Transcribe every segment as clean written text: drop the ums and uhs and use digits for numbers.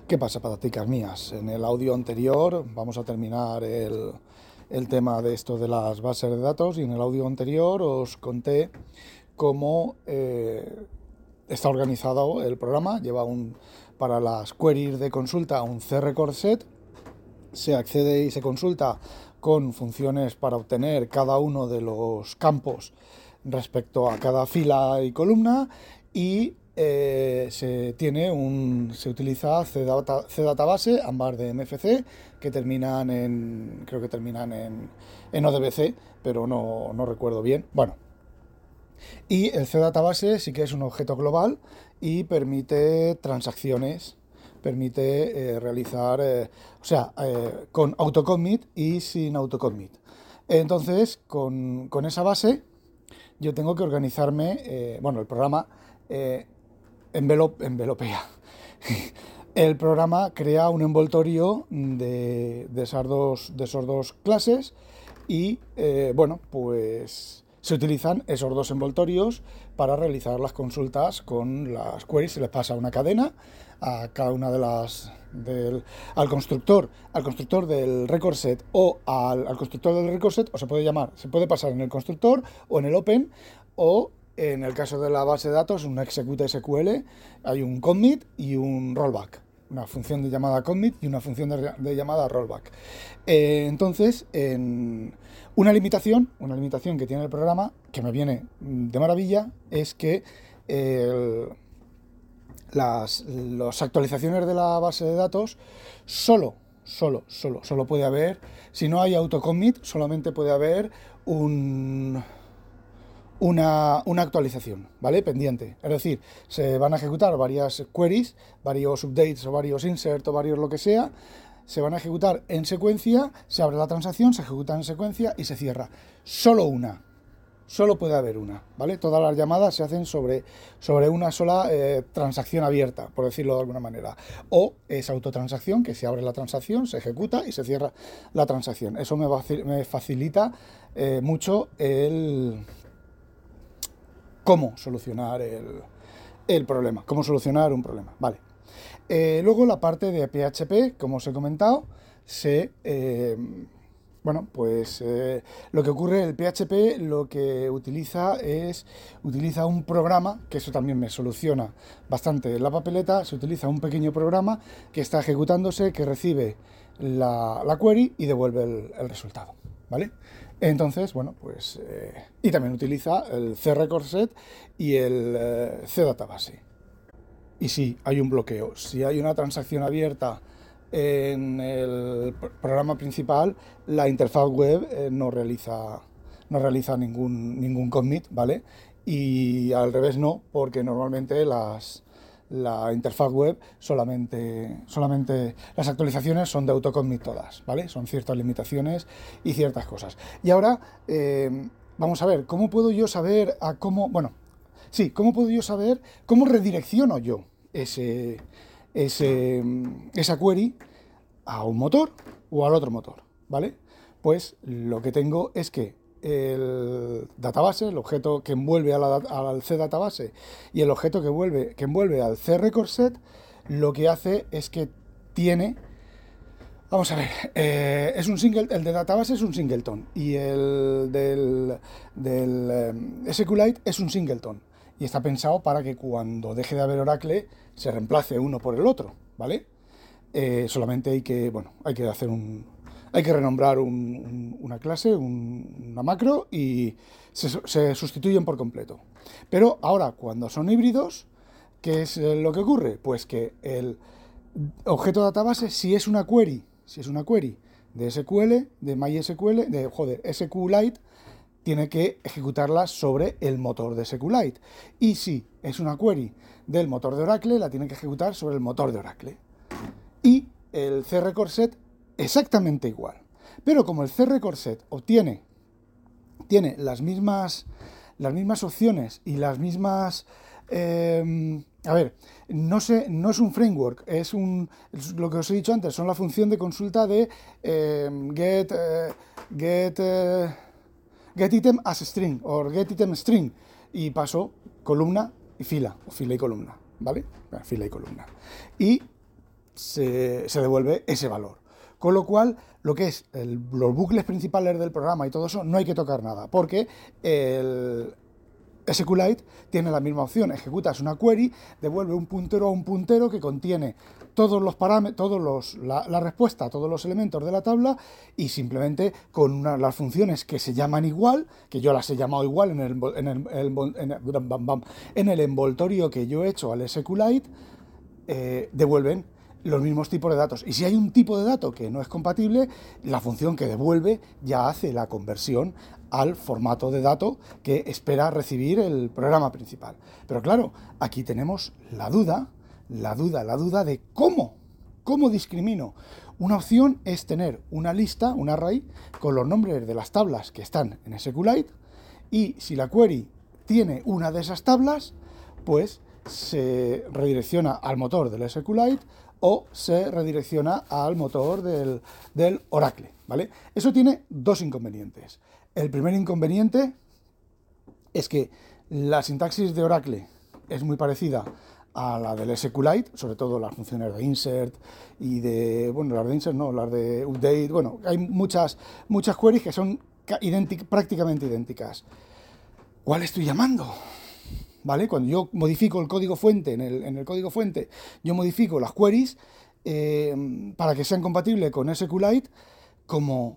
¿Qué pasa, pataticas mías? En el audio anterior vamos a terminar el tema de esto de las bases de datos y en el audio anterior os conté cómo está organizado el programa. Para las queries de consulta un CRCore set, se accede y se consulta con funciones para obtener cada uno de los campos respecto a cada fila y columna y se utiliza CDatabase, Ambar de MFC, que creo que terminan en ODBC, pero no recuerdo bien. Bueno, y el CDatabase sí que es un objeto global y permite transacciones, permite realizar, con autocommit y sin autocommit. Entonces, con esa base, yo tengo que organizarme, el programa eh, envelopea. El programa crea un envoltorio de esos dos clases y, pues se utilizan esos dos envoltorios para realizar las consultas con las queries. Se les pasa una cadena a cada una de al constructor del record set o al constructor del record set, o se puede pasar en el constructor o en el open, o en el caso de la base de datos, un execute SQL, hay un commit y un rollback, una función de llamada commit y una función de llamada rollback. Entonces, una limitación que tiene el programa, que me viene de maravilla, es que las actualizaciones de la base de datos solo puede haber, si no hay autocommit, solamente puede haber una actualización, ¿vale? Pendiente. Es decir, se van a ejecutar varias queries, varios updates o varios insert o varios lo que sea, se van a ejecutar en secuencia, se abre la transacción, se ejecuta en secuencia y se cierra. Solo puede haber una, ¿vale? Todas las llamadas se hacen sobre una sola transacción abierta, por decirlo de alguna manera. O es autotransacción, que se abre la transacción, se ejecuta y se cierra la transacción. Eso me facilita mucho cómo solucionar cómo solucionar un problema, ¿vale? Luego la parte de PHP, como os he comentado, lo que ocurre, el PHP lo que utiliza un programa, que eso también me soluciona bastante la papeleta. Se utiliza un pequeño programa que está ejecutándose, que recibe la query y devuelve el resultado, ¿vale? Entonces, y también utiliza el CRCore set y el CDatabase. Y si hay un bloqueo, si hay una transacción abierta en el programa principal, la interfaz web no realiza ningún commit, ¿vale? Y al revés no, porque normalmente la interfaz web solamente las actualizaciones son de autocommit todas, ¿vale? Son ciertas limitaciones y ciertas cosas. Y ahora vamos a ver, ¿cómo puedo yo saber cómo puedo yo saber cómo redirecciono yo esa query a un motor o al otro motor, ¿vale? Pues lo que tengo es que el database, el objeto que envuelve al CDatabase y el objeto que envuelve al CRCore set, lo que hace es que tiene... Vamos a ver, el de database es un singleton y el del SQLite es un singleton. Y está pensado para que cuando deje de haber Oracle se reemplace uno por el otro, ¿vale? Solamente hay que renombrar una clase, una macro, y se sustituyen por completo. Pero ahora, cuando son híbridos, ¿qué es lo que ocurre? Pues que el objeto database, si es una query de SQL, de MySQL, SQLite, tiene que ejecutarla sobre el motor de SQLite. Y si es una query del motor de Oracle, la tiene que ejecutar sobre el motor de Oracle. Y el CRCore set exactamente igual. Pero como el CRCore set tiene las mismas opciones y las mismas... no es un framework, es lo que os he dicho antes, son la función de consulta de get item as string o get item string, y paso columna y fila, o fila y columna, ¿vale? Fila y columna. Y se devuelve ese valor. Con lo cual, lo que es los bucles principales del programa y todo eso, no hay que tocar nada, porque el SQLite tiene la misma opción. Ejecutas una query, devuelve un puntero a un puntero que contiene todos los parámetros, la respuesta a todos los elementos de la tabla, y simplemente con las funciones que se llaman igual, que yo las he llamado igual en el envoltorio que yo he hecho al SQLite, devuelven los mismos tipos de datos. Y si hay un tipo de dato que no es compatible, la función que devuelve ya hace la conversión al formato de dato que espera recibir el programa principal. Pero claro, aquí tenemos la duda de cómo discrimino. Una opción es tener una lista, un array, con los nombres de las tablas que están en SQLite, y si la query tiene una de esas tablas, pues se redirecciona al motor del SQLite o se redirecciona al motor del Oracle, ¿vale? Eso tiene dos inconvenientes. El primer inconveniente es que la sintaxis de Oracle es muy parecida a la del SQLite, sobre todo las funciones de insert y de, bueno, las de insert no, las de update, bueno, hay muchas queries que son prácticamente idénticas. ¿Cuál estoy llamando? ¿Vale? Cuando yo modifico el código fuente, en el código fuente, yo modifico las queries para que sean compatibles con SQLite, como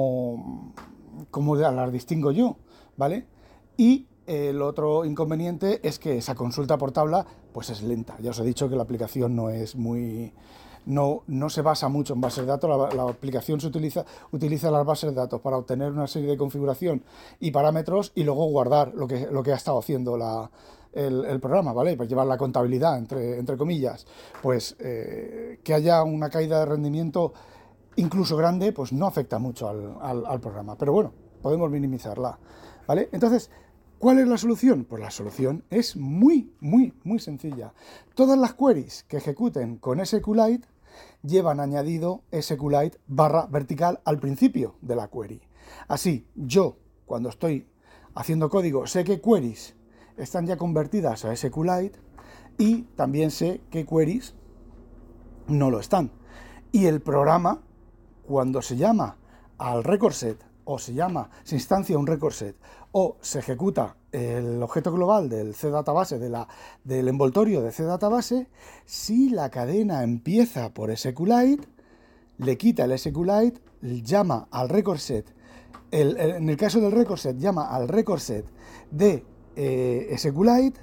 las distingo yo, ¿vale? Y el otro inconveniente es que esa consulta por tabla pues es lenta. Ya os he dicho que la aplicación no es muy... No se basa mucho en bases de datos. La aplicación utiliza las bases de datos para obtener una serie de configuración y parámetros y luego guardar lo que ha estado haciendo el programa, ¿vale? Pues llevar la contabilidad, entre comillas. Pues que haya una caída de rendimiento incluso grande, pues no afecta mucho al programa. Pero bueno, podemos minimizarla, ¿vale? Entonces, ¿cuál es la solución? Pues la solución es muy sencilla. Todas las queries que ejecuten con SQLite llevan añadido SQLite /vertical al principio de la query. Así, yo, cuando estoy haciendo código, sé qué queries están ya convertidas a SQLite y también sé qué queries no lo están. Y el programa, cuando se llama al record set, o se instancia un record set, o se ejecuta el objeto global del CDatabase, del envoltorio de CDatabase, si la cadena empieza por SQLite, le quita el SQLite, llama al record set, en el caso del record set, llama al record set de SQLite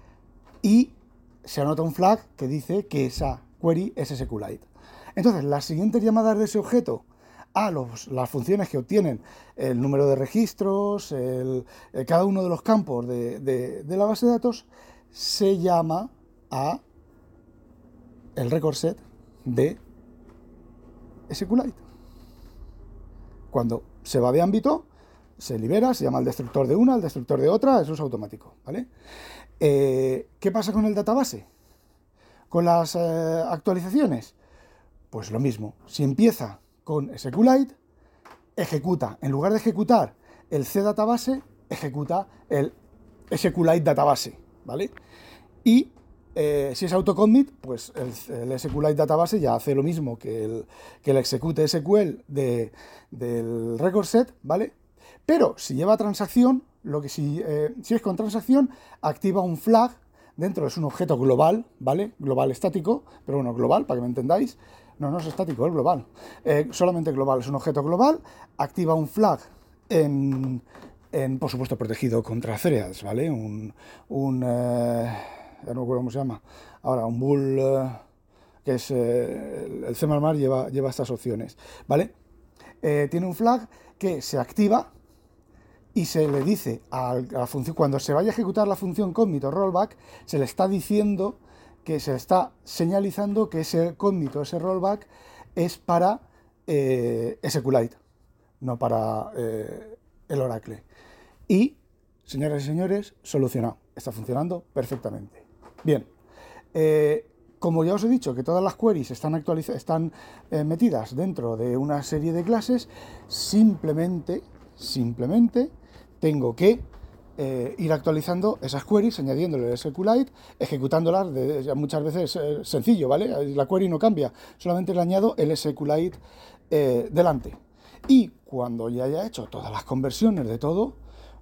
y se anota un flag que dice que esa query es SQLite. Entonces, las siguientes llamadas de ese objeto a las funciones que obtienen el número de registros, cada uno de los campos de la base de datos, se llama a el record set de SQLite. Cuando se va de ámbito, se libera, se llama al destructor de una, al destructor de otra, eso es automático, ¿vale? ¿Qué pasa con el database? Con las actualizaciones, pues lo mismo. Si empieza con SQLite, ejecuta, en lugar de ejecutar el CDatabase, ejecuta el SQLite Database, ¿vale? Y si es autocommit, pues el SQLite Database ya hace lo mismo que el execute SQL del record set, ¿vale? Pero si lleva transacción, si es con transacción, activa un flag dentro, es un objeto global, ¿vale? Global estático, pero bueno, global, para que me entendáis. No es estático, es global. Solamente global, es un objeto global, activa un flag por supuesto, protegido contra threads, ¿vale? Ya no recuerdo cómo se llama. Ahora, un bool, que es el C++ lleva estas opciones, ¿vale? Tiene un flag que se activa y se le dice a la función, cuando se vaya a ejecutar la función commit o rollback, se le está diciendo que se está señalizando que ese commit o ese rollback es para SQLite, no para el Oracle. Y, señoras y señores, solucionado. Está funcionando perfectamente. Bien, como ya os he dicho que todas las queries están metidas dentro de una serie de clases, simplemente tengo que ir actualizando esas queries, añadiéndole el SQLite, ejecutándolas, muchas veces sencillo, ¿vale? La query no cambia, solamente le añado el SQLite delante. Y cuando ya haya hecho todas las conversiones de todo,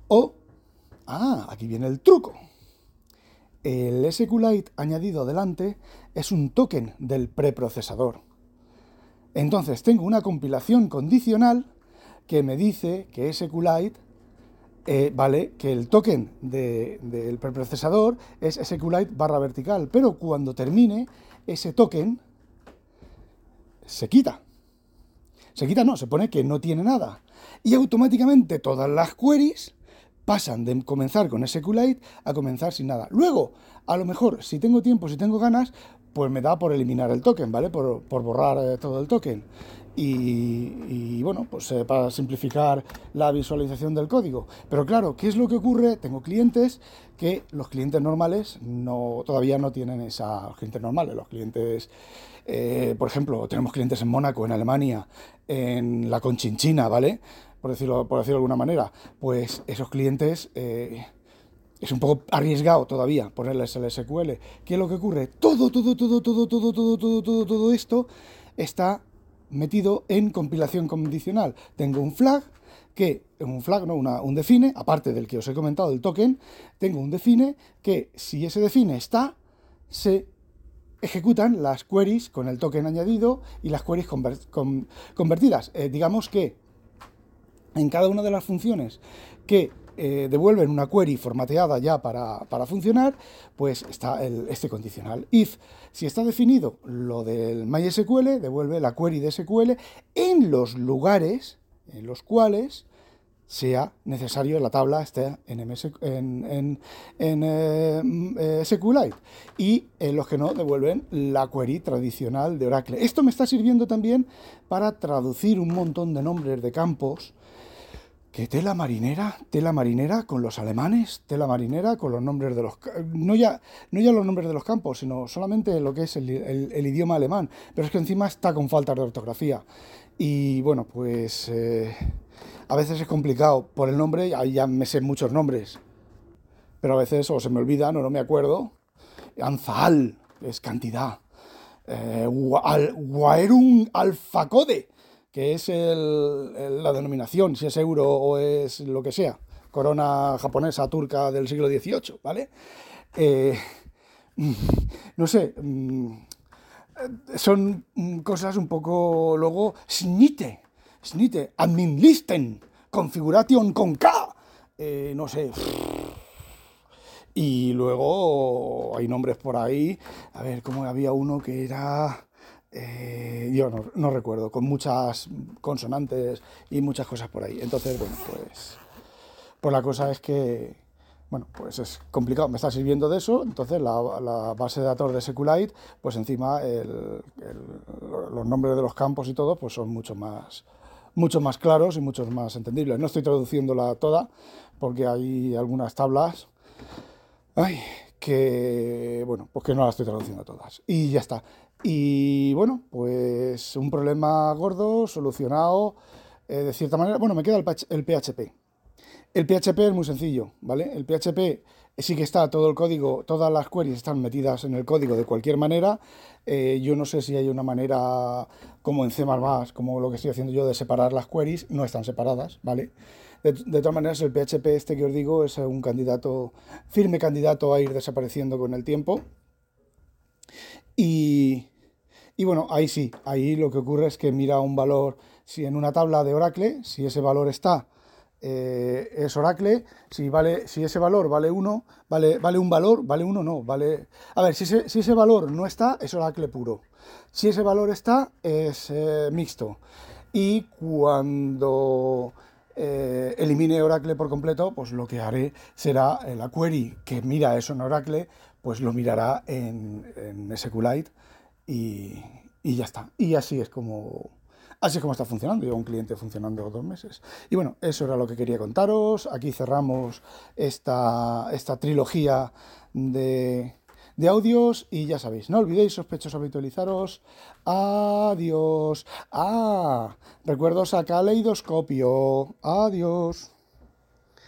aquí viene el truco. El SQLite añadido delante es un token del preprocesador. Entonces tengo una compilación condicional que me dice que SQLite vale, que el token del preprocesador es SQLite barra vertical, pero cuando termine ese token se quita. Se quita, no, se pone que no tiene nada. Y automáticamente todas las queries pasan de comenzar con SQLite a comenzar sin nada. Luego, a lo mejor, si tengo tiempo, si tengo ganas, pues me da por eliminar el token, ¿vale? Por borrar todo el token. Y bueno, pues para simplificar la visualización del código. Pero claro, ¿qué es lo que ocurre? Tengo clientes que los clientes normales todavía no tienen los clientes normales, los clientes, por ejemplo, tenemos clientes en Mónaco, en Alemania, en la Conchinchina, ¿vale? Por decirlo de alguna manera, pues esos clientes es un poco arriesgado todavía ponerles el SQL. ¿Qué es lo que ocurre? Todo esto está metido en compilación condicional. Tengo un flag un define, aparte del que os he comentado del token, tengo un define que si ese define está, se ejecutan las queries con el token añadido y las queries convertidas. Digamos que en cada una de las funciones que devuelven una query formateada ya para funcionar, pues está este condicional. If, si está definido lo del MySQL, devuelve la query de SQL en los lugares en los cuales sea necesario la tabla esté en SQLite, y en los que no devuelven la query tradicional de Oracle. Esto me está sirviendo también para traducir un montón de nombres de campos. Que tela marinera con los alemanes, tela marinera con los nombres de los... No ya los nombres de los campos, sino solamente lo que es el idioma alemán. Pero es que encima está con faltas de ortografía. Y bueno, pues a veces es complicado por el nombre, ahí ya me sé muchos nombres. Pero a veces o se me olvidan o no me acuerdo. Anzaal, es cantidad. Waerung Alfacode, que es la denominación, si es euro o es lo que sea, corona japonesa, turca del siglo XVIII, ¿vale? No sé, son cosas un poco, luego, Schnitte, Administen, Configuration con K, no sé. Y luego hay nombres por ahí, a ver, como había uno que era... yo no recuerdo, con muchas consonantes y muchas cosas por ahí. Entonces, bueno, pues la cosa es que, bueno, pues es complicado. Me está sirviendo de eso. Entonces, la base de datos de SQLite, pues encima los nombres de los campos y todo, pues son mucho más claros y mucho más entendibles. No estoy traduciéndola toda, porque hay algunas tablas que, bueno, pues que no las estoy traduciendo todas. Y ya está. Y bueno, pues un problema gordo solucionado de cierta manera. Bueno, me queda el PHP. El PHP es muy sencillo, ¿vale? El PHP sí que está todo el código, todas las queries están metidas en el código de cualquier manera. Yo no sé si hay una manera como en C++, como lo que estoy haciendo yo, de separar las queries. No están separadas, ¿vale? De todas maneras, el PHP este que os digo es un firme candidato a ir desapareciendo con el tiempo. Y bueno, ahí sí, ahí lo que ocurre es que mira un valor, si en una tabla de Oracle, si ese valor está, es Oracle, si ese valor vale 1, vale un valor, vale 1 no, vale... A ver, si ese valor no está, es Oracle puro. Si ese valor está, es mixto. Y cuando elimine Oracle por completo, pues lo que haré será la query que mira eso en Oracle, pues lo mirará en SQLite y ya está. Y así es como está funcionando. Llevo un cliente funcionando 2 meses. Y bueno, eso era lo que quería contaros. Aquí cerramos esta trilogía de audios y ya sabéis, no olvidéis, sospechosos, habitualizaros. Adiós. Recuerdos a Caleidoscopio. Adiós.